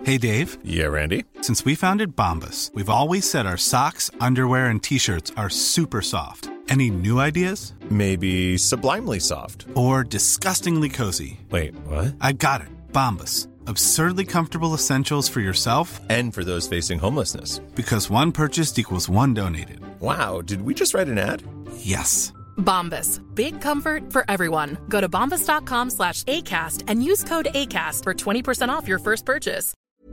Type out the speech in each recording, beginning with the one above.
Hey, Dave. Yeah, Randy? Since we founded Bombas, we've always said our socks, underwear, and T-shirts are super soft. Any new ideas? Maybe sublimely soft. Or disgustingly cozy. Wait, what? I got it. Bombas. Absurdly comfortable essentials for yourself and for those facing homelessness. Because one purchased equals one donated. Wow, did we just write an ad? Yes. Bombas. Big comfort for everyone. Go to bombas.com/ACAST and use code ACAST for 20% off your first purchase.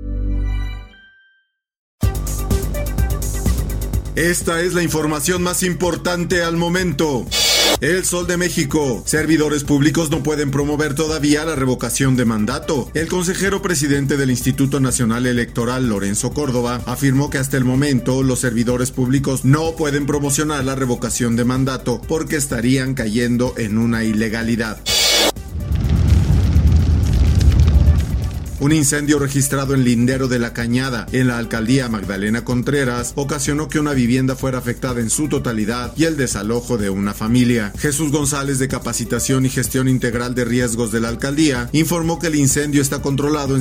Esta es la información más importante al momento. El Sol de México. Servidores públicos no pueden promover todavía la revocación de mandato. El consejero presidente del Instituto Nacional Electoral, Lorenzo Córdoba, afirmó que hasta el momento los servidores públicos no pueden promocionar la revocación de mandato porque estarían cayendo en una ilegalidad. Un incendio registrado en Lindero de la Cañada, en la alcaldía Magdalena Contreras, ocasionó que una vivienda fuera afectada en su totalidad y el desalojo de una familia. Jesús González, de Capacitación y Gestión Integral de Riesgos de la alcaldía, informó que el incendio está controlado en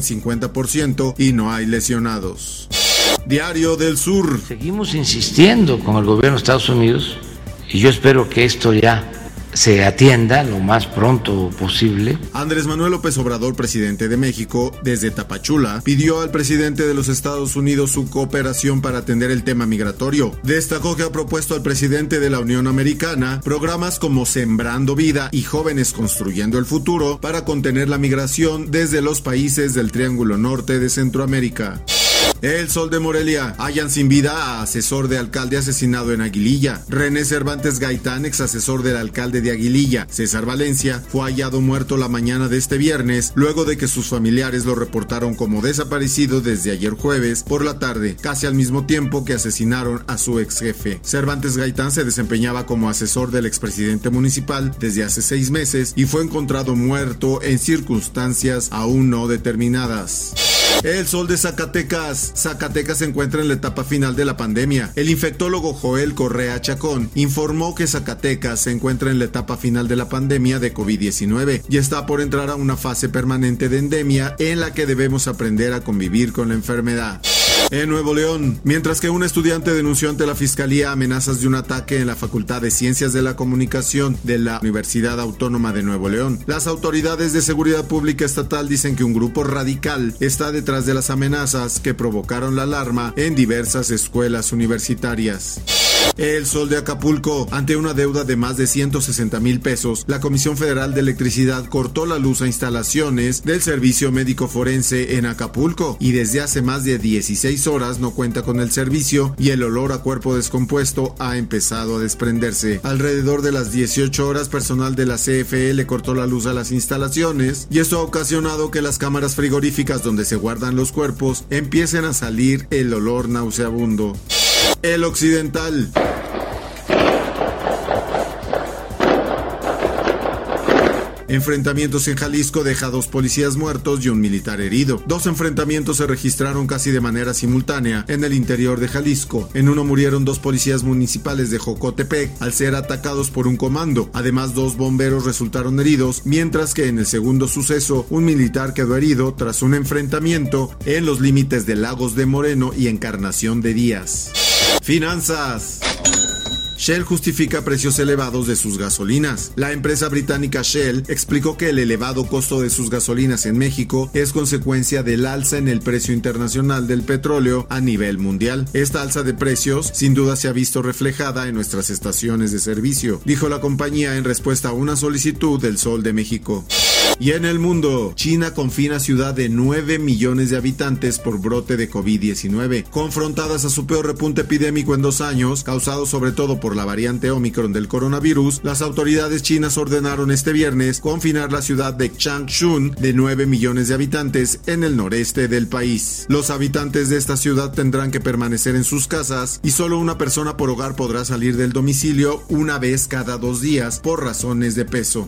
50% y no hay lesionados. Diario del Sur. Seguimos insistiendo con el gobierno de Estados Unidos y yo espero que esto ya se atienda lo más pronto posible. Andrés Manuel López Obrador, presidente de México, desde Tapachula, pidió al presidente de los Estados Unidos su cooperación para atender el tema migratorio. Destacó que ha propuesto al presidente de la Unión Americana programas como Sembrando Vida y Jóvenes Construyendo el Futuro para contener la migración desde los países del Triángulo Norte de Centroamérica. El Sol de Morelia. Hallan sin vida a asesor de alcalde asesinado en Aguililla. René Cervantes Gaitán, ex asesor del alcalde de Aguililla, César Valencia, fue hallado muerto la mañana de este viernes, luego de que sus familiares lo reportaron como desaparecido desde ayer jueves por la tarde, casi al mismo tiempo que asesinaron a su ex jefe. Cervantes Gaitán se desempeñaba como asesor del expresidente municipal desde hace 6 meses y fue encontrado muerto en circunstancias aún no determinadas. El Sol de Zacatecas. Zacatecas se encuentra en la etapa final de la pandemia. El infectólogo Joel Correa Chacón informó que Zacatecas se encuentra en la etapa final de la pandemia de COVID-19 y está por entrar a una fase permanente de endemia en la que debemos aprender a convivir con la enfermedad. En Nuevo León, mientras que un estudiante denunció ante la Fiscalía amenazas de un ataque en la Facultad de Ciencias de la Comunicación de la Universidad Autónoma de Nuevo León, las autoridades de seguridad pública estatal dicen que un grupo radical está detrás de las amenazas que provocaron la alarma en diversas escuelas universitarias. El Sol de Acapulco. Ante una deuda de más de 160,000 pesos, la Comisión Federal de Electricidad cortó la luz a instalaciones del Servicio Médico Forense en Acapulco y desde hace más de 16 horas no cuenta con el servicio y el olor a cuerpo descompuesto ha empezado a desprenderse. Alrededor de las 18 horas, personal de la CFE le cortó la luz a las instalaciones y esto ha ocasionado que las cámaras frigoríficas donde se guardan los cuerpos empiecen a salir el olor nauseabundo. El Occidental. Enfrentamientos en Jalisco deja 2 policías muertos y un militar herido. 2 enfrentamientos se registraron casi de manera simultánea en el interior de Jalisco. En uno murieron 2 policías municipales de Jocotepec al ser atacados por un comando. Además, 2 bomberos resultaron heridos, mientras que en el segundo suceso, un militar quedó herido tras un enfrentamiento en los límites de Lagos de Moreno y Encarnación de Díaz. Finanzas. Shell justifica precios elevados de sus gasolinas. La empresa británica Shell explicó que el elevado costo de sus gasolinas en México es consecuencia del alza en el precio internacional del petróleo a nivel mundial. Esta alza de precios sin duda se ha visto reflejada en nuestras estaciones de servicio, dijo la compañía en respuesta a una solicitud del Sol de México. Y en el mundo, China confina ciudad de 9 millones de habitantes por brote de COVID-19. Confrontadas a su peor repunte epidémico en 2 años, causado sobre todo por la variante Omicron del coronavirus, las autoridades chinas ordenaron este viernes confinar la ciudad de Changchun de 9 millones de habitantes en el noreste del país. Los habitantes de esta ciudad tendrán que permanecer en sus casas y solo una persona por hogar podrá salir del domicilio una vez cada 2 días por razones de peso.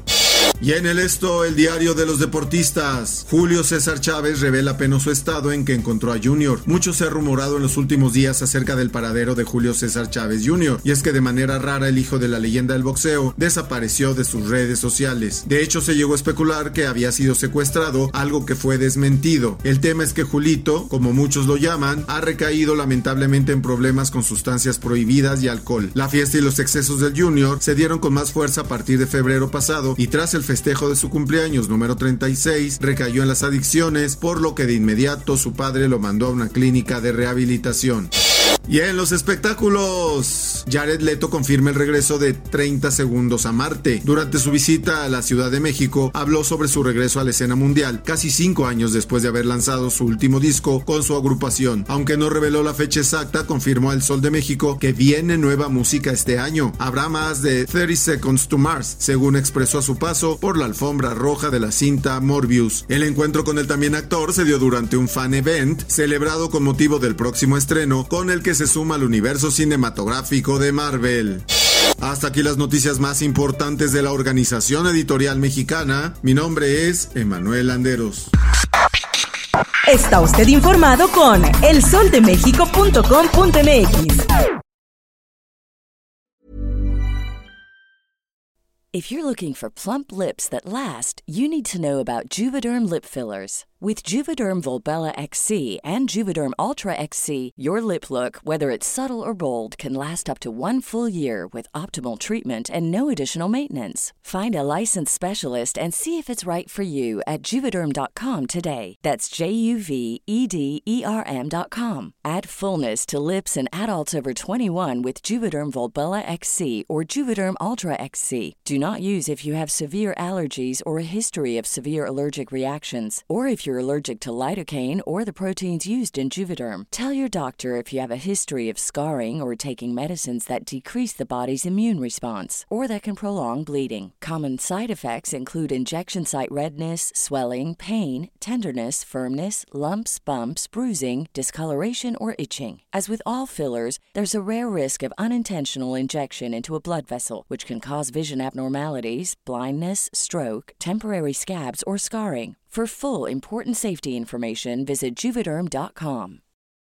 Y en el diario de los deportistas, Julio César Chávez revela penoso estado en que encontró a Junior. Mucho se ha rumorado en los últimos días acerca del paradero de Julio César Chávez Jr., y es que de manera rara el hijo de la leyenda del boxeo desapareció de sus redes sociales. De hecho, se llegó a especular que había sido secuestrado, algo que fue desmentido. El tema es que Julito, como muchos lo llaman, ha recaído lamentablemente en problemas con sustancias prohibidas y alcohol. La fiesta y los excesos del Junior se dieron con más fuerza a partir de febrero pasado, y tras el festejo de su cumpleaños número 36, recayó en las adicciones, por lo que de inmediato su padre lo mandó a una clínica de rehabilitación. Y en los espectáculos, Jared Leto confirma el regreso de 30 segundos a Marte. Durante su visita a la Ciudad de México, habló sobre su regreso a la escena mundial, casi 5 años después de haber lanzado su último disco con su agrupación. Aunque no reveló la fecha exacta, confirmó a El Sol de México que viene nueva música este año. Habrá más de 30 Seconds to Mars, según expresó a su paso por la alfombra roja de la cinta Morbius. El encuentro con el también actor se dio durante un fan event celebrado con motivo del próximo estreno, con el que se suma al universo cinematográfico de Marvel. Hasta aquí las noticias más importantes de la Organización Editorial Mexicana. Mi nombre es Emanuel Landeros. Está usted informado con elsoldemexico.com.mx. If you're looking for plump lips that last, you need to know about Juvederm lip fillers. With Juvederm Volbella XC and Juvederm Ultra XC, your lip look, whether it's subtle or bold, can last up to 1 full year with optimal treatment and no additional maintenance. Find a licensed specialist and see if it's right for you at Juvederm.com today. That's JUVEDERM.com. Add fullness to lips in adults over 21 with Juvederm Volbella XC or Juvederm Ultra XC. Do not use if you have severe allergies or a history of severe allergic reactions, or if you're allergic to lidocaine or the proteins used in Juvederm. Tell your doctor if you have a history of scarring or taking medicines that decrease the body's immune response or that can prolong bleeding. Common side effects include injection site redness, swelling, pain, tenderness, firmness, lumps, bumps, bruising, discoloration, or itching. As with all fillers, there's a rare risk of unintentional injection into a blood vessel, which can cause vision abnormalities, blindness, stroke, temporary scabs, or scarring. For full, important safety information, visit Juvederm.com.